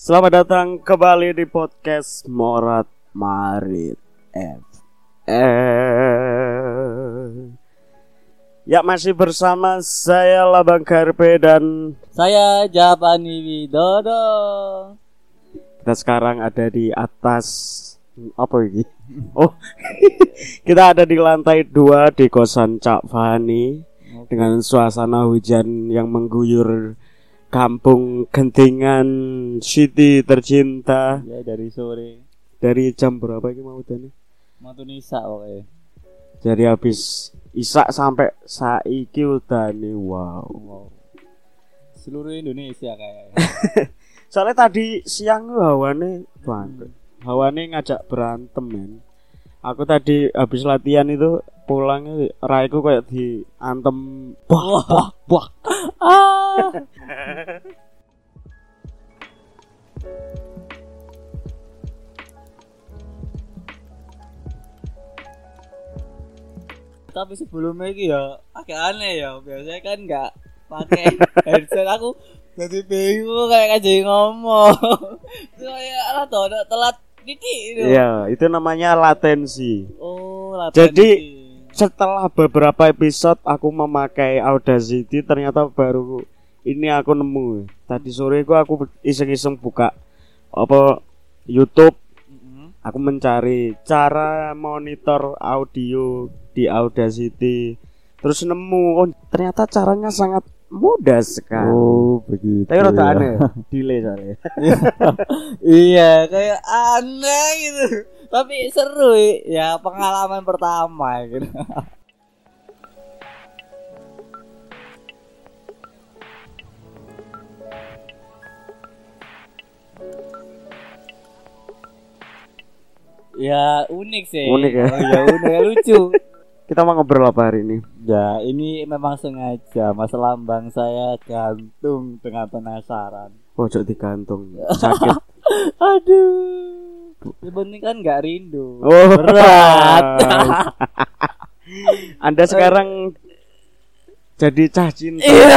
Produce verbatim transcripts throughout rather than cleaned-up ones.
Selamat datang kembali di podcast Morat Marit F M. Ya, masih bersama saya Labang Karpe dan saya Japani Widodo. Kita sekarang ada di atas apa ini? Oh, kita ada di lantai dua di kosan Cak Fani dengan suasana hujan yang mengguyur Kampung Gentingan City tercinta. Ya, dari sore. Dari jam berapa ini mau tadi? Mau nisa oke. Dari habis isak sampai saiki udane. Wow. Wow. Seluruh Indonesia kayaknya. Soalnya tadi siang hawane banget. Hawane ngajak berantem, men. Aku tadi habis latihan itu pulangnya raiku kayak diantem. Wah, wah, wah. Ah. Tapi sebelumnya ini ya agak aneh ya. Biasanya kan nggak pakai headset, aku jadi bingung kayak aja ngomong. Kayak lah tuh telat dikit. Iya, itu namanya latensi. Oh, latensi. Jadi setelah beberapa episode aku memakai Audacity, ternyata baru ini aku nemu. Tadi sore aku aku iseng-iseng buka apa YouTube. Aku mencari cara monitor audio di Audacity. Terus nemu, oh ternyata caranya sangat mudah sekali. Oh, begitu. Tapi rada aneh, delay soalnya. Iya, kayak aneh gitu. Tapi seru ya, pengalaman pertama gitu. Ya unik sih. Unik ya. Oh, ya unik, ya, lucu. Kita mau ngobrol apa hari ini? Ya ini memang sengaja Mas Lambang saya gantung dengan penasaran. Pojok digantung, sakit. Aduh. Yang penting kan nggak rindu. Oh, berat. Anda sekarang jadi cah cinta. Iya.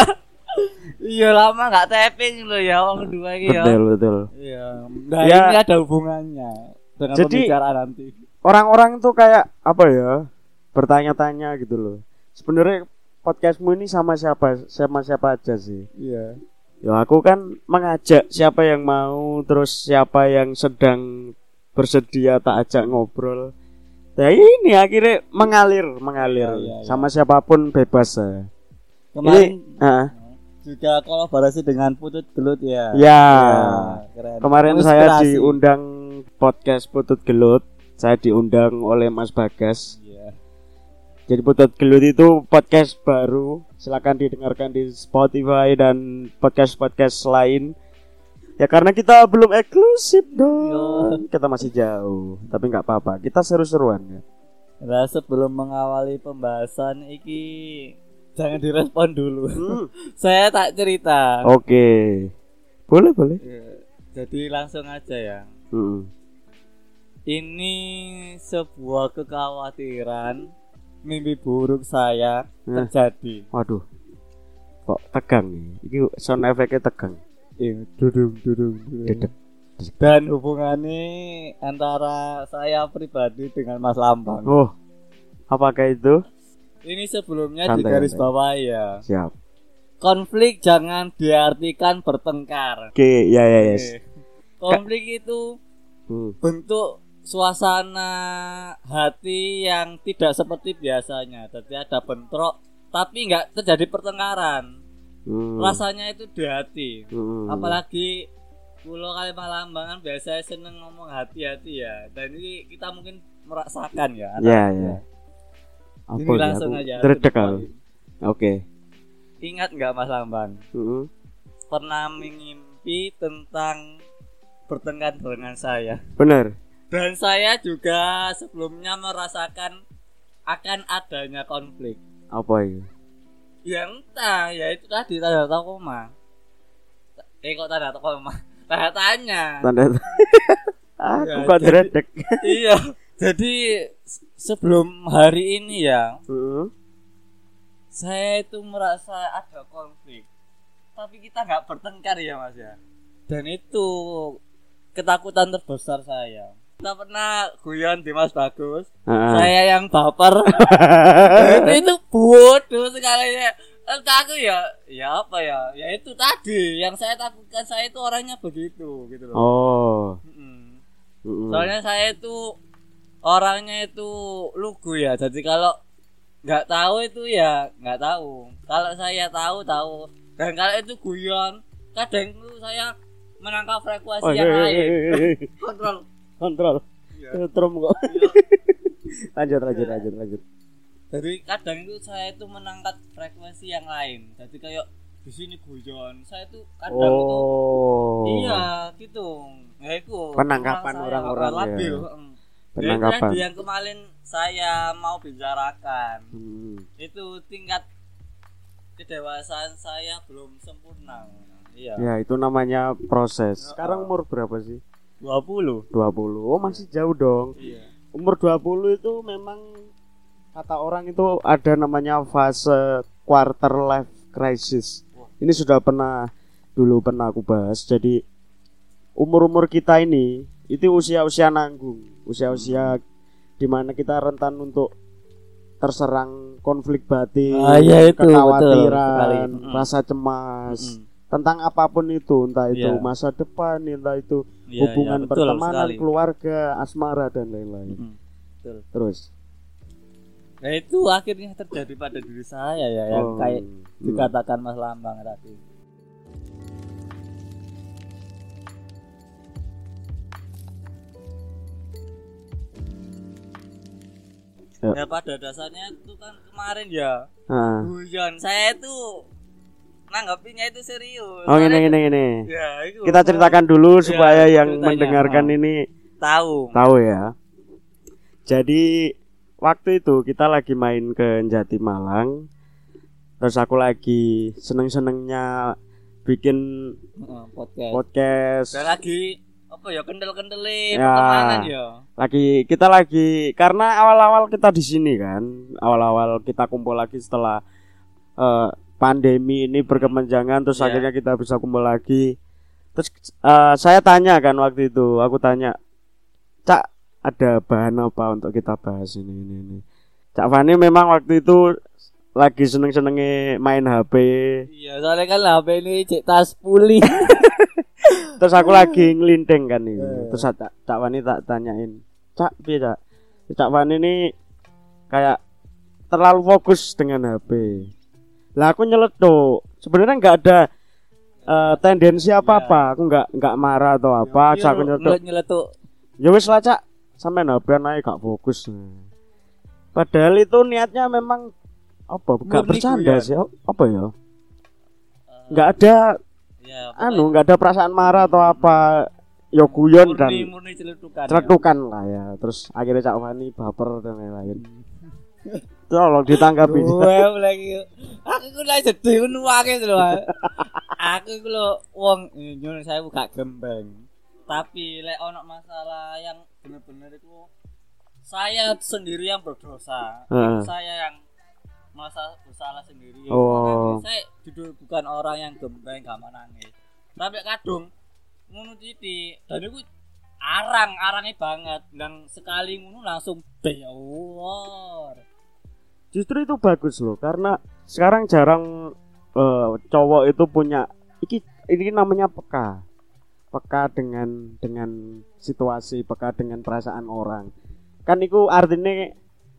Iya, lama nggak tapping loh ya orang kedua ini ya. Betul betul. Iya. Nah Ya. ini ada hubungannya dengan Jadi, pembicaraan nanti. Orang-orang tuh kayak apa ya? Bertanya-tanya gitu loh. Sebenarnya podcastmu ini sama siapa? Sama siapa aja sih? Iya. Ya aku kan mengajak siapa yang mau, terus siapa yang sedang bersedia tak ajak ngobrol. Nah ini akhirnya mengalir, mengalir. Ya, ya, ya. Sama siapapun bebas ya. Kemarin Ini, uh, juga kolaborasi dengan Putut Gelut ya. Ya. Ya, keren. Kemarin saya Inspirasi. diundang podcast Putut Gelut. Saya diundang oleh Mas Bagas. Iya. Jadi Putut Gelut itu podcast baru. Silakan didengarkan di Spotify dan podcast-podcast lain. Ya karena kita belum eksklusif dong. Kita masih jauh, tapi nggak apa-apa. Kita seru-seruan ya. Nah, sebelum mengawali pembahasan iki jangan direspon dulu. Hmm. Saya tak cerita. Oke. Boleh, boleh. Ya, jadi langsung aja ya. Hmm. Ini sebuah kekhawatiran, mimpi buruk saya Hmm. terjadi. Waduh. Kok tegang nih? Ini sound effect-nya tegang. Ini dudung dudung dudung. Dedek. Dan hubungannya antara saya pribadi dengan Mas Lambang. Oh. Apakah itu? Ini sebelumnya Santai, di garis santai. bawah ya. Siap. Konflik jangan diartikan bertengkar. Oke, ya ya yes. Oke. Konflik itu Hmm. bentuk suasana hati yang tidak seperti biasanya. Jadi ada bentrok tapi nggak terjadi pertengkaran. Hmm. Rasanya itu di hati. Hmm. Apalagi pulau Kalimalambangan biasanya seneng ngomong hati-hati ya. Dan ini kita mungkin merasakan ya. Ya anak-anak. ya. Ini Apa langsung ya? aja. Terdekat. Aku Oke. Ingat nggak Mas Lambang? Hmm. Pernah mengimpi tentang bertengkar dengan saya. Benar. Dan saya juga sebelumnya merasakan akan adanya konflik. Apa itu? Ya entah, ya itu tadi tanda koma. Eh kok tanda koma? Tanda tanya. Tanda. Aku Ya, kok jadi- dredeg. Iya. Jadi sebelum hari ini ya, Hmm. saya itu merasa ada konflik. Tapi kita nggak bertengkar ya Mas ya. Dan itu ketakutan terbesar saya. Kita pernah guyon di Mas Bagus. Ah. Saya yang baper. itu, itu bodoh sekali ya. Entah aku ya, ya apa ya? Ya itu tadi yang saya takutkan, saya itu orangnya begitu gitu loh. Oh. Mm-mm. Mm-mm. Soalnya saya itu orangnya itu lugu ya. Jadi kalau nggak tahu itu ya nggak tahu. Kalau saya tahu tahu. Dan kalau itu guyon, kadang itu saya menangkap frekuensi Oh, yang iya, lain. iya, iya, iya. Kontrol. Kontrol. Iya. Trum kok. lanjut lanjut lanjut lanjut. Jadi kadang itu saya itu menangkap frekuensi yang lain. Jadi kayak di sini guyon, saya itu kadang Oh. itu iya gitu. Ya itu Penangkapan saya orang-orang labil. ya. Mm. Penangkapan. Ya, itu yang kemarin saya mau bicarakan. Hmm. Itu tingkat kedewasaan saya belum sempurna. Iya. Ya, itu namanya proses. Sekarang umur berapa sih? dua puluh. dua puluh. Oh, masih jauh dong. Iya. Umur dua puluh itu memang kata orang itu ada namanya fase quarter life crisis. Ini sudah pernah dulu pernah aku bahas. Jadi umur-umur kita ini itu usia-usia nanggung, usia-usia dimana kita rentan untuk terserang konflik batin, Ah, iya, itu, kekhawatiran, betul sekali. rasa cemas Mm. tentang apapun itu, entah itu Iya. masa depan, entah itu Iya, hubungan iya, betul pertemanan, sekali. keluarga, asmara dan lain-lain. Mm. Betul. Terus, Nah itu akhirnya terjadi pada diri saya ya, yang oh, kayak hmm. dikatakan Mas Lambang tadi. Ya. Ya pada dasarnya itu kan kemarin ya Ah. guyon, saya itu nanggapinnya itu serius. Oh, ini Soalnya ini ini. ya, itu. Kita ceritakan dulu Ya, supaya yang ceritanya. mendengarkan Oh. ini tahu. tahu ya. Jadi waktu itu kita lagi main ke Jati Malang. Terus aku lagi seneng-senengnya bikin Heeh, podcast. podcast. Dan lagi apa ya kendel-kendele Ya. pertemanan ya. Lagi kita lagi karena awal-awal kita di sini kan, awal-awal kita kumpul lagi setelah eh, pandemi ini berkepanjangan, terus Ya. akhirnya kita bisa kumpul lagi. Terus eh, saya tanya kan waktu itu, aku tanya, Cak, ada bahan apa untuk kita bahas ini ini ini. Cak Fani memang waktu itu lagi seneng-senenge main H P. Iya, soalnya kan H P ini cek tas pulih. Terus aku lagi ngelinting kan ini. Eh. Terus Cak Cak Fani tak tanyain, Cak, piye Cak? Cak Fani ini kayak terlalu fokus dengan H P. Lah aku nyeletuk. Sebenarnya nggak ada eh, tendensi apa-apa. Aku nggak nggak marah atau apa. Cak aku nyeletuk. Nyeletuk. Ya wis lah Cak, sampean H P-an ae gak fokus. Padahal itu niatnya memang apa? Gak Murni bercanda guyon. sih. Apa ya? Nggak ada Ya, anu, nggak ada perasaan marah atau apa. Ya guyon dan murni murni celetukan. celetukan lah ya. Terus akhirnya Cak Fani baper dan lain-lain. Tolong ditanggapi. Gue lagi. Aku ku lagi sedih ngono wae lho. Aku ku lho wong nyun saya buka gembeng. Tapi lek ono masalah yang bener-bener itu saya sendiri yang berdosa. Heeh. Saya yang masa bersalah sendiri. Oh. Makanya saya jujur bukan orang yang gembeng gak nangis. Tapi kadung ngono titik dan itu arang arangnya banget dan sekali ngono langsung bewor. Justru itu bagus loh karena sekarang jarang eh, cowok itu punya iki ini namanya peka. Peka dengan dengan situasi, peka dengan perasaan orang. Kan itu artinya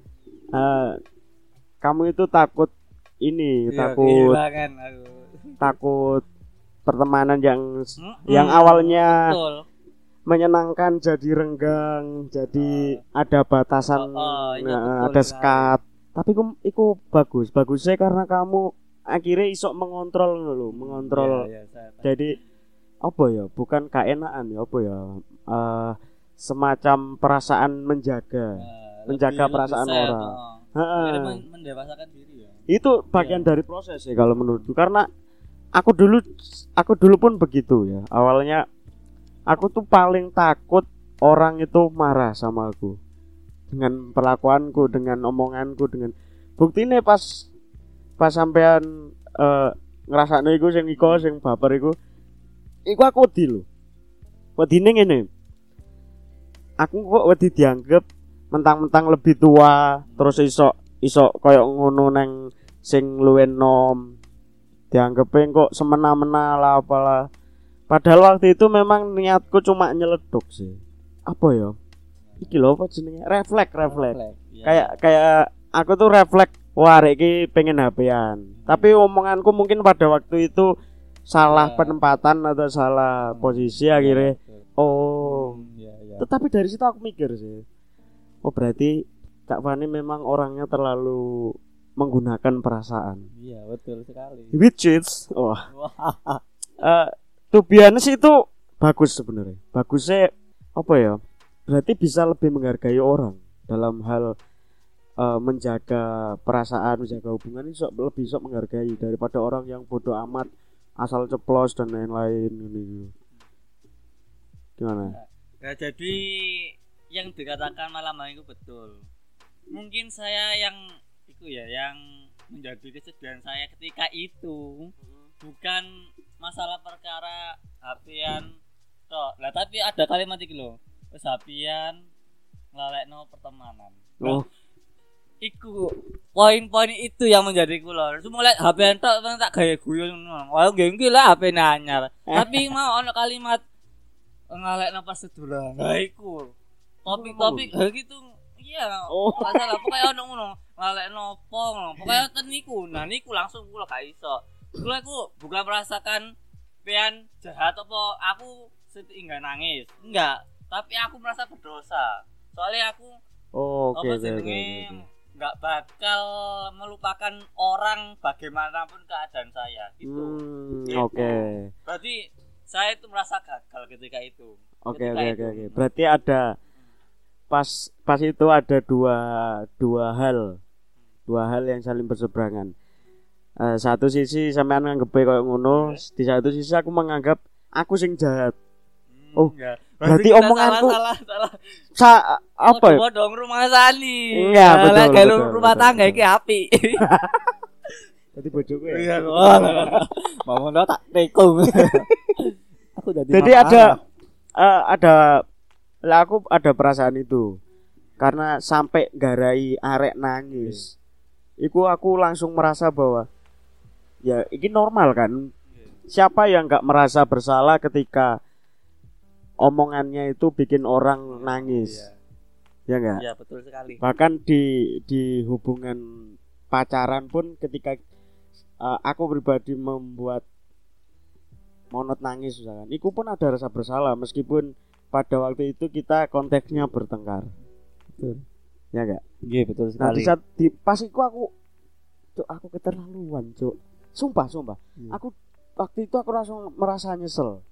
eh, kamu itu takut ini, Iya, takut kehilangan aku. takut pertemanan yang Mm-mm. yang awalnya Betul. menyenangkan jadi renggang, jadi ada batasan, Oh, oh, iya, nah, betul ada sekali. sekat. Tapi itu, itu bagus, bagusnya karena kamu akhirnya isok mengontrol loh, mengontrol. Iya, iya, saya tahu. Jadi apa ya? Bukan keenaan ya, apa ya? Eh, semacam perasaan menjaga. Nah, menjaga lebih- perasaan lebih orang. set, oh. Heeh. Akhirnya men- mendewasakan diri ya. Itu bagian Iya. dari proses sih kalau menurutku karena aku dulu aku dulu pun begitu ya. Awalnya aku tuh paling takut orang itu marah sama aku dengan perlakuanku, dengan omonganku, dengan buktinya pas pas sampean eh, ngrasakno iku sing iko sing baper iku iku aku wedi lho. Wedine ngene. Aku kok wedi dianggap mentang-mentang lebih tua terus iso iso koyo ngono nang sing luwih nom. Dianggepe kok semena-mena lah apalah. Padahal waktu itu memang niatku cuma nyeleduk sih. Apa ya? Iki lho apa jenenge? Refleks, refleks. Ya. Kayak kayak aku tuh refleks, wah arek iki pengen H P-an. Tapi omonganku mungkin pada waktu itu salah Ya. penempatan atau salah posisi akhirnya. Oh. Hmm, ya, ya. Tetapi dari situ aku mikir sih. Oh berarti Kak Fani memang orangnya terlalu menggunakan perasaan. Iya, betul sekali. Which is, wah, Wah. uh, to be honest itu bagus sebenarnya. Bagusnya apa ya? Berarti bisa lebih menghargai orang dalam hal uh, menjaga perasaan, menjaga hubungan itu lebih sok menghargai daripada orang yang bodoh amat, asal ceplos dan lain-lain ini. Gimana? Ya, jadi yang dikatakan malam hari itu betul. Mungkin saya yang itu ya yang menjadi kesedihan saya ketika itu bukan masalah perkara H P-an toh. Lah tapi ada kalimat iki lho. Wis H P-an nglalekno pertemanan. Oh, Iku poin-poin itu yang menjadi kula. Semua lihat H P-an tok tak gaya guyon ngono. Wae nggih iki lah H P anyar. Tapi mau ono kalimat ngalekno pas sedolan. Lah iku. Topik-topik ha gitu. Iya. Oh. Masalah pokoke ono ngono. Ngalekno opo ngono. Pokoke ten niku. Nah niku langsung kula gak iso. Kula iku bukan merasakan pian jahat apa aku setinggal nangis. Enggak. Tapi aku merasa berdosa. Soalnya aku oh oke apa oke jenenge oke. nggak bakal melupakan orang bagaimanapun keadaan saya gitu. Hmm, Gitu. oke. Berarti saya itu merasa gagal ketika itu. Oke Ketika oke itu. oke oke. Berarti ada pas pas itu ada dua dua hal. Dua hal yang saling berseberangan. Eh, satu sisi sampean nganggep koyo ngono, di satu sisi aku menganggap aku sing jahat. Hmm, Oh, enggak. berarti kita omonganku- salah salah salah. Sa apa ya? Oh, dong rumah sani. Iya, betul, Lah, kalau betul, rumah betul, tangga betul. iki api. Tadi bojoku ya. Iya, mau ndak tak tekung. Aku jadi Jadi ada eh, ada lah aku ada perasaan itu. Karena sampai garai arek nangis. Iku aku langsung merasa bahwa ya ini normal kan. Siapa yang nggak merasa bersalah ketika omongannya itu bikin orang nangis? Ya enggak? Iya, betul sekali. Bahkan di di hubungan pacaran pun ketika uh, aku pribadi membuat monot nangis misalkan, itu pun ada rasa bersalah meskipun pada waktu itu kita konteksnya bertengkar. Betul. Ya enggak? Iya, betul Nah, sekali. di saat di pas itu aku cuk aku keterlaluan, cuk. Sumpah, sumpah. Hmm. Aku waktu itu aku langsung merasa nyesel.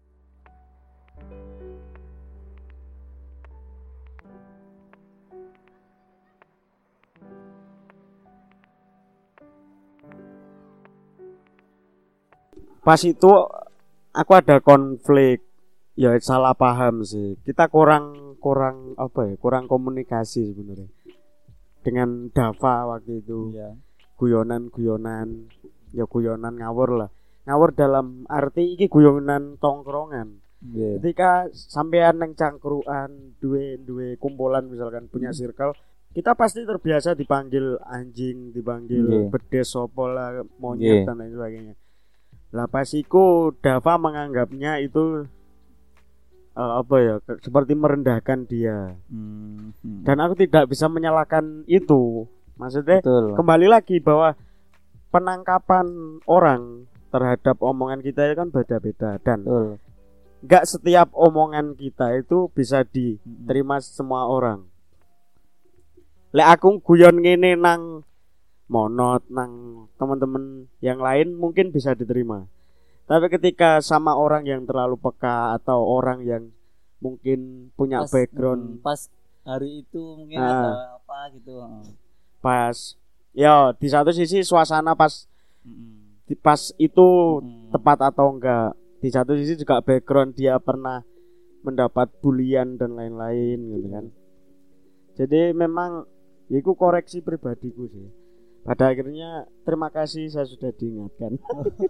Pas itu aku ada konflik, ya salah paham sih. Kita kurang kurang apa ya? Kurang komunikasi sebenarnya. Dengan Dava waktu itu. Iya. Guyonan-guyonan, ya guyonan ngawur lah. Ngawur dalam arti iki guyonan tongkrongan. Iya. Ketika sampean nang cangkruan, duwe duwe kumpulan misalkan punya circle, kita pasti terbiasa dipanggil anjing, dipanggil Nggih. bedes sopo lah, monyet Nggih. dan lain sebagainya. Lah pas iku Dava menganggapnya itu eh, apa ya ke- seperti merendahkan dia. Hmm, hmm. Dan aku tidak bisa menyalahkan itu. Maksudnya Betul. kembali lagi bahwa penangkapan orang terhadap omongan kita itu kan beda-beda dan Betul. nggak setiap omongan kita itu bisa diterima semua orang. Lek aku guyon ngene nang monot nang teman-teman yang lain mungkin bisa diterima. Tapi ketika sama orang yang terlalu peka atau orang yang mungkin punya Pas- background hmm, pas hari itu mungkin Ah. ada apa gitu. pas ya di satu sisi suasana pas Hmm. di- pas itu Hmm. tepat atau enggak, di satu sisi juga background dia pernah mendapat bulian dan lain-lain gitu kan. Jadi memang ya itu koreksi pribadiku sih. Pada akhirnya terima kasih saya sudah diingatkan.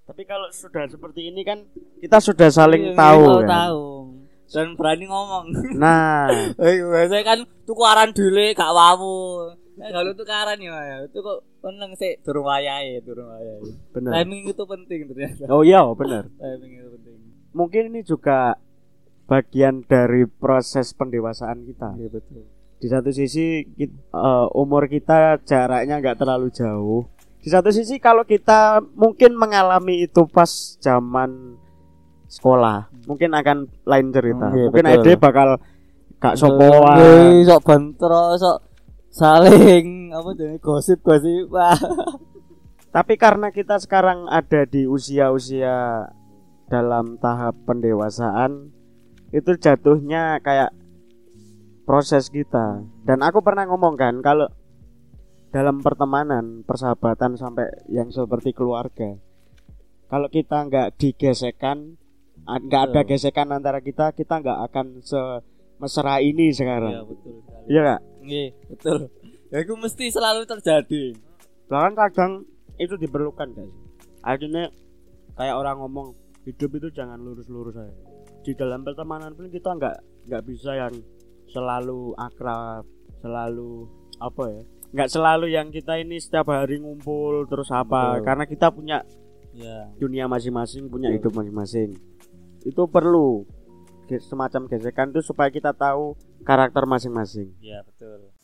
Tapi kalau sudah seperti ini kan kita sudah saling Iya, tahu tahu, kan. tahu. Dan berani ngomong. Nah, Eh, biasanya kan tukaran dulu gak wawu. Nah, kalau tukaran ya, itu kok meneng sih durung wayahe, durung wayahe. benar. Timing itu penting ternyata. Oh iya, benar. Timing itu penting. Mungkin ini juga bagian dari proses pendewasaan kita. Iya betul. Di satu sisi kit- eh, umur kita jaraknya nggak terlalu jauh. Di satu sisi kalau kita mungkin mengalami itu pas zaman sekolah, mungkin akan lain cerita. Hmm, iya, mungkin betul. Ade bakal gak Eh, sopoan. sok bentro, sok saling apa jenis gosip-gosip. Wah. Tapi karena kita sekarang ada di usia-usia dalam tahap pendewasaan, itu jatuhnya kayak proses kita. Dan aku pernah ngomong kan, kalau dalam pertemanan, persahabatan sampai yang seperti keluarga, kalau kita nggak digesekan, nggak ada Betul. gesekan antara kita, kita nggak akan semesra ini Iya sekarang. betul sekali. Iya nggak? Iya, betul. Ya itu mesti selalu terjadi. Bahkan kadang itu diperlukan guys. Akhirnya kayak orang ngomong, hidup itu jangan lurus-lurus aja. Di dalam pertemanan pun kita nggak nggak bisa yang selalu akrab, selalu apa ya? Nggak selalu yang kita ini setiap hari ngumpul terus apa? Betul. Karena kita punya Ya. dunia masing-masing, punya Betul. hidup masing-masing. Itu perlu ge- semacam gesekan itu supaya kita tahu karakter masing-masing. Ya betul.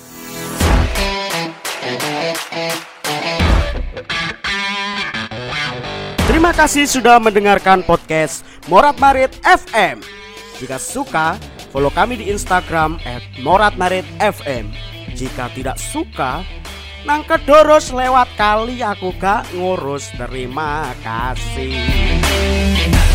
Terima kasih sudah mendengarkan podcast Morat Marit F M. Jika suka, follow kami di Instagram et moratmarit f m. Jika tidak suka, nang kedoros lewat kali aku gak ngurus. Terima kasih.